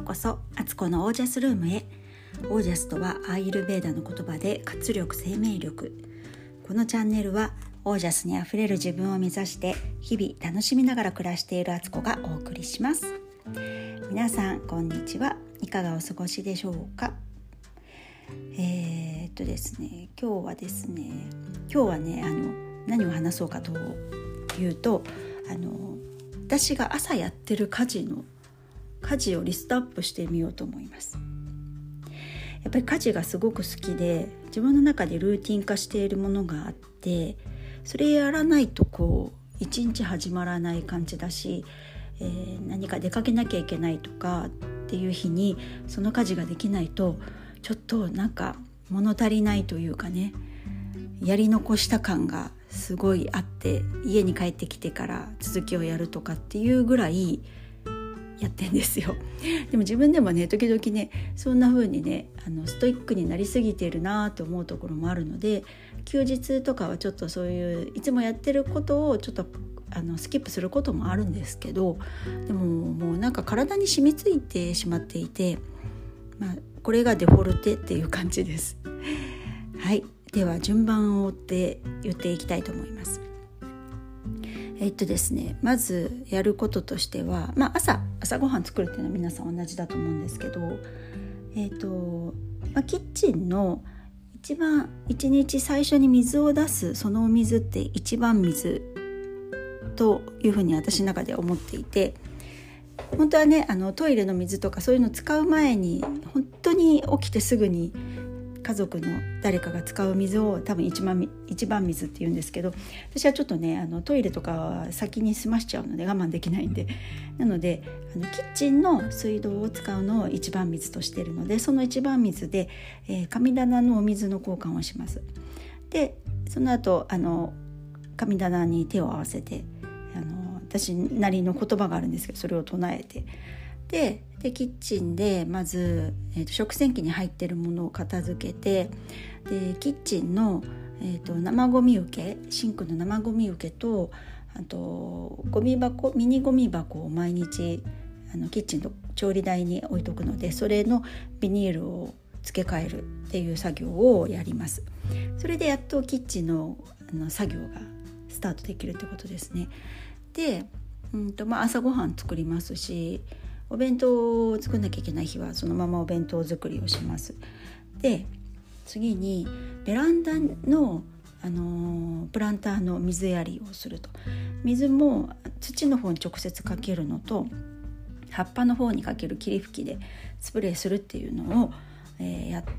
うこそアツコのオージャスルームへ。オージャスとはアーユルヴェーダの言葉で活力、生命力。このチャンネルはオージャスにあふれる自分を目指して日々楽しみながら暮らしているアツコがお送りします。皆さんこんにちは。いかがお過ごしでしょうか。ですね、今日はね何を話そうかというと私が朝やってる家事をリストアップしてみようと思います。やっぱり家事がすごく好きで、自分の中でルーティン化しているものがあって、それやらないと一日始まらない感じだし、何か出かけなきゃいけないとかっていう日にその家事ができないとちょっとなんか物足りないというかね、やり残した感がすごいあって、家に帰ってきてから続きをやるとかっていうぐらいやってんですよ。でも自分でもね、時々ねそんな風にねストイックになりすぎているなと思うところもあるので、休日とかはちょっとそういういつもやってることをちょっとスキップすることもあるんですけど、でももうなんか体に染みついてしまっていて、これがデフォルテっていう感じです。はい、では順番を追って言っていきたいと思います。ですね、まずやることとしては、朝ごはん作るっていうのは皆さん同じだと思うんですけど、キッチンの一日最初に水を出すそのお水って一番水というふうに私の中で思っていて、本当はねトイレの水とかそういうの使う前に本当に起きてすぐに家族の誰かが使う水を多分一番水って言うんですけど、私はちょっとねトイレとかは先に済ましちゃうので我慢できないんで、なのでキッチンの水道を使うのを一番水としているので、その一番水で、神棚のお水の交換をします。でその後神棚に手を合わせて私なりの言葉があるんですけど、それを唱えて、でキッチンでまず、食洗機に入っているものを片付けて、でキッチンの、生ゴミ受け、シンクの生ゴミ受けと、あとミニゴミ箱を毎日キッチンの調理台に置いとくので、それのビニールを付け替えるっていう作業をやります。それでやっとキッチンの作業がスタートできるってことですね。で、朝ごはん作りますし、お弁当を作んなきゃいけない日はそのままお弁当作りをします。で次にベランダの、プランターの水やりをすると、水も土の方に直接かけるのと、葉っぱの方にかける霧吹きでスプレーするっていうのを、やって、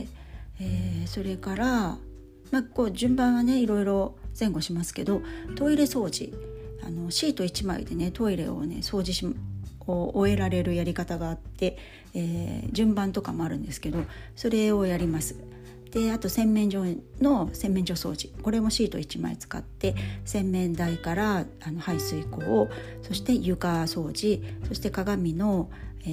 それから順番はねいろいろ前後しますけど、トイレ掃除、シート1枚でねトイレをね掃除を終えられるやり方があって、順番とかもあるんですけど、それをやります。であと洗面所掃除、これもシート1枚使って洗面台から排水口を、そして床掃除、そして鏡を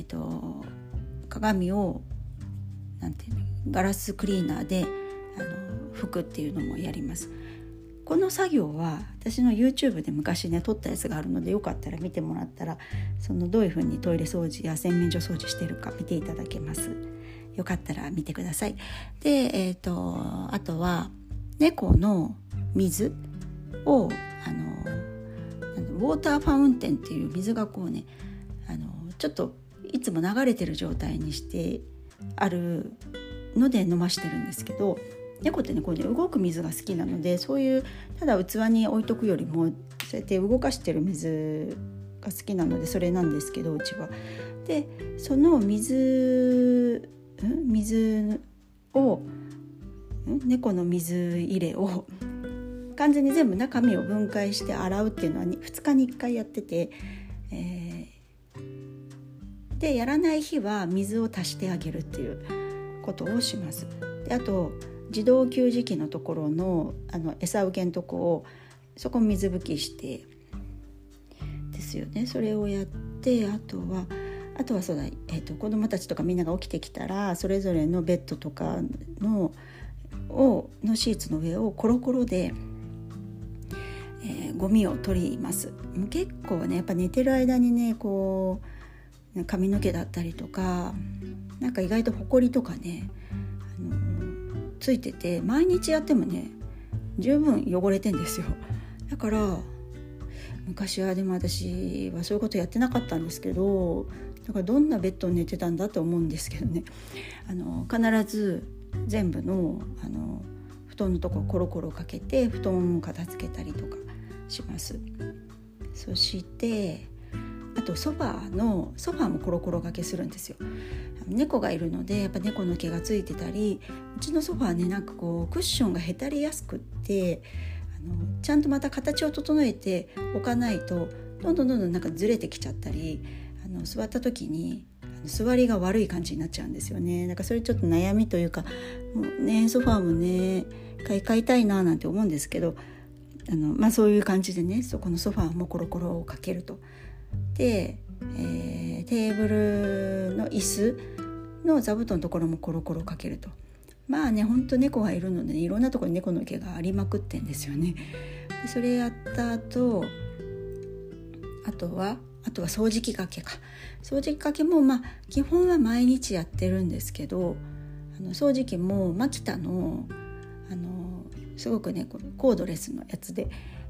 ガラスクリーナーで拭くっていうのもやります。この作業は私の YouTube で昔ね撮ったやつがあるので、よかったら見てもらったら、どういう風にトイレ掃除や洗面所掃除してるか見ていただけます。よかったら見てください。で、あとは猫の水をウォーターファウンテンっていう水がちょっといつも流れてる状態にしてあるので飲ましてるんですけど、猫ってね動く水が好きなので、そういうただ器に置いとくよりもそうやって動かしてる水が好きなので、それなんですけど、うちは。でその水を猫の水入れを完全に全部中身を分解して洗うっていうのは2日に1回やってて、でやらない日は水を足してあげるっていうことをします。であと自動給餌器のところの餌受けのとこをそこ水拭きしてですよね。それをやって、あとはそうだ、子どもたちとかみんなが起きてきたら、それぞれのベッドとかのシーツの上をコロコロで、ゴミを取ります。結構ねやっぱ寝てる間にね髪の毛だったりとか、なんか意外とホコリとかね、ついてて、毎日やってもね十分汚れてんですよ。だから昔はでも私はそういうことやってなかったんですけど、だからどんなベッドに寝てたんだと思うんですけどね、必ず全部の布団のとこコロコロかけて布団を片付けたりとかします。そしてあとソファーもコロコロがけするんですよ。猫がいるのでやっぱ猫の毛がついてたり、うちのソファーね、なんかこうクッションがへたりやすくって、ちゃんとまた形を整えておかないとどんどんなんかずれてきちゃったり、座った時に座りが悪い感じになっちゃうんですよね。だからそれちょっと悩みというか、もうねソファーもね買いたいななんて思うんですけど、そういう感じでね、そこのソファーもコロコロをかけると。で、テーブルの椅子の座布団のところもコロコロかけると。ほんと猫がいるので、ね、いろんなところに猫の毛がありまくってんですよね。でそれやった後、あとは掃除機かけか。掃除機かけも基本は毎日やってるんですけど、掃除機もマキタのすごくねコードレスのやつで、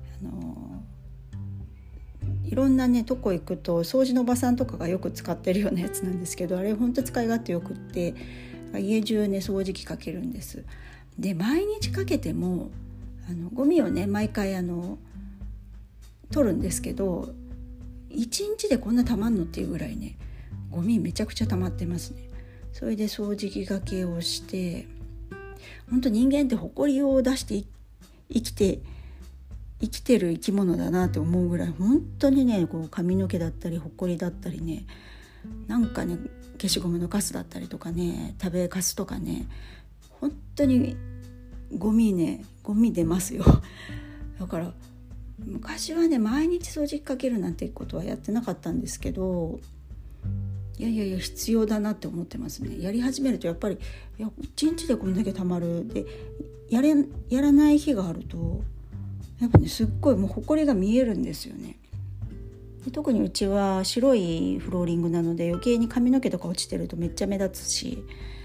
いろんなねとこ行くと掃除のおばさんとかがよく使ってるようなやつなんですけど、あれほんと使い勝手よくって、家中ね掃除機かけるんです。で毎日かけてもゴミをね毎回取るんですけど、1日でこんなたまんのっていうぐらいねゴミめちゃくちゃたまってますね。それで掃除機がけをして、本当人間って埃を出して生きてる生き物だなって思うぐらい、本当にねこう髪の毛だったり埃だったりね、なんかね消しゴムのカスだったりとかね、食べカスとかね、本当にゴミ出ますよ。だから昔はね毎日掃除機かけるなんてことはやってなかったんですけど、いや必要だなって思ってますね。やり始めるとやっぱり一日でこんだけたまるで、やらない日があるとやっぱねすっごいもう埃が見えるんですよね。で特にうちは白いフローリングなので余計に髪の毛とか落ちてるとめっちゃ目立つし、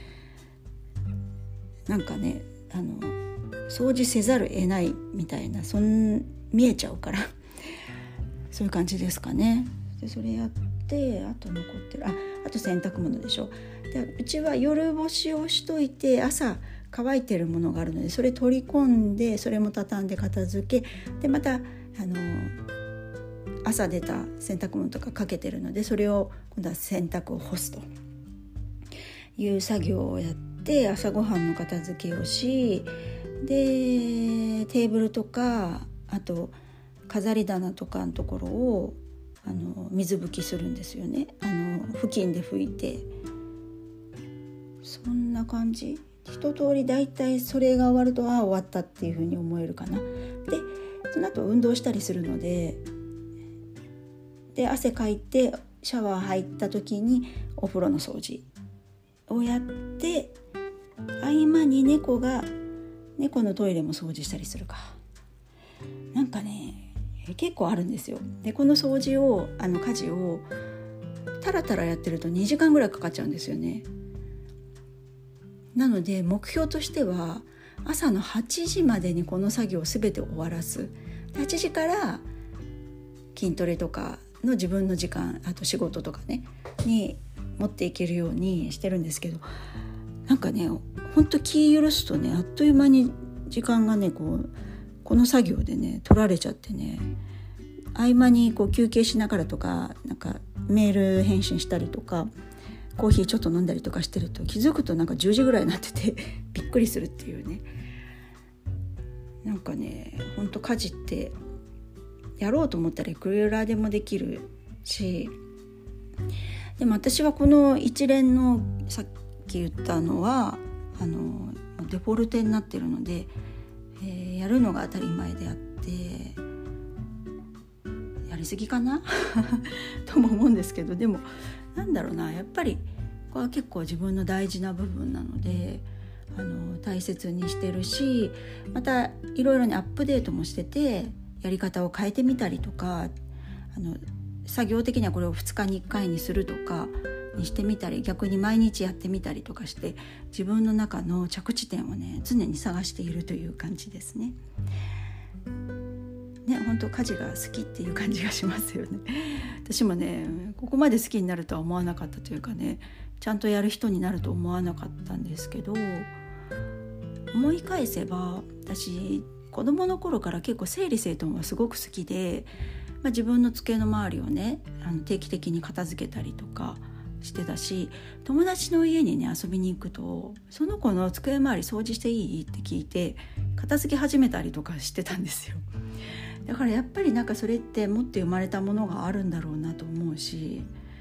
なんかね掃除せざる得ないみたいな、見えちゃうからそういう感じですかね。でそれやって、あと残ってるあと洗濯物でしょ。でうちは夜干しをしといて朝乾いてるものがあるので、それ取り込んでそれも畳んで片付けで、また朝出た洗濯物とかかけてるので、それを今度は洗濯を干すという作業をやって、朝ごはんの片付けをし、でテーブルとかあと飾り棚とかのところを水拭きするんですよね。布巾で拭いて、そんな感じ。一通りだいたいそれが終わると終わったっていう風に思えるかな。でその後運動したりするので、汗かいてシャワー入った時にお風呂の掃除をやって、合間に猫のトイレも掃除したりするか。なんかね結構あるんですよ。でこの掃除を家事をタラタラやってると2時間ぐらいかかっちゃうんですよね。なので目標としては朝の8時までにこの作業を全て終わらす。8時から筋トレとかの自分の時間、あと仕事とかねに持っていけるようにしてるんですけど、なんかねほんと気許すとねあっという間に時間がねこの作業でね取られちゃってね、合間に休憩しながらとか、なんかメール返信したりとかコーヒーちょっと飲んだりとかしてると、気づくとなんか10時ぐらいになっててびっくりするっていうね。なんかねほんと家事ってやろうと思ったらいくらでもできるし、でも私はこの一連のさっき言ったのはデフォルテになってるので、やるのが当たり前であってやりすぎかなとも思うんですけど、でもなんだろうな、やっぱりこれは結構自分の大事な部分なので大切にしてるし、またいろいろにアップデートもしてて、やり方を変えてみたりとか作業的にはこれを2日に1回にするとかにしてみたり、逆に毎日やってみたりとかして、自分の中の着地点をね常に探しているという感じですね。本当家事が好きっていう感じがしますよね。私もねここまで好きになるとは思わなかったというかね、ちゃんとやる人になると思わなかったんですけど、思い返せば私子供の頃から結構整理整頓はすごく好きで、自分の机の周りをね定期的に片付けたりとかしてたし、友達の家にね遊びに行くとその子の机周り掃除していいって聞いて片付け始めたりとかしてたんですよ。だからやっぱりなんかそれって持って生まれたものがあるんだろうなと思うし、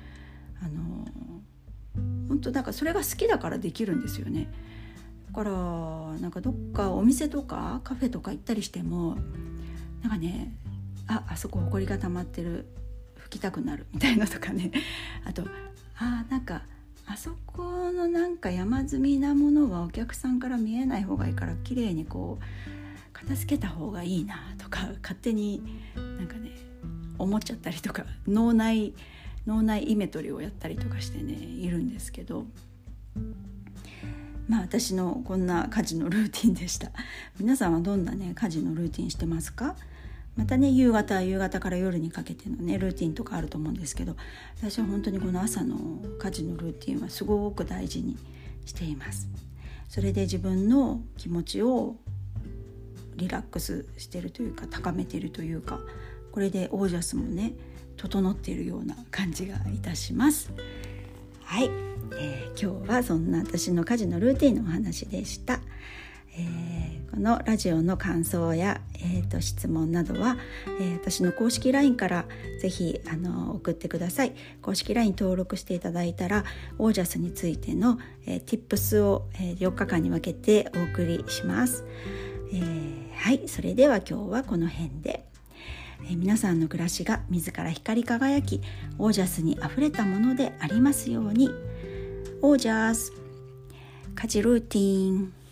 本当なんかそれが好きだからできるんですよね。だからなんかどっかお店とかカフェとか行ったりしてもなんかね、あそこほこりが溜まってる、拭きたくなるみたいなとかね、あとなんかあそこのなんか山積みなものはお客さんから見えない方がいいから綺麗にこう片付けた方がいいなとか勝手になんかね思っちゃったりとか、脳内イメトレをやったりとかしてねいるんですけど、私のこんな家事のルーティンでした。皆さんはどんなね家事のルーティンしてますか？またね夕方から夜にかけてのねルーティンとかあると思うんですけど、私は本当にこの朝の家事のルーティンはすごく大事にしています。それで自分の気持ちをリラックスしているというか高めているというか、これでオージャスもね整っているような感じがいたします。はい、今日はそんな私の家事のルーティンのお話でした。このラジオの感想や、質問などは、私の公式 LINE からぜひ送ってください。公式 LINE 登録していただいたらオージャスについての、Tips を、4日間に分けてお送りします。はい、それでは今日はこの辺で、皆さんの暮らしが自ら光り輝きオージャスにあふれたものでありますように。オージャス家事ルーティン。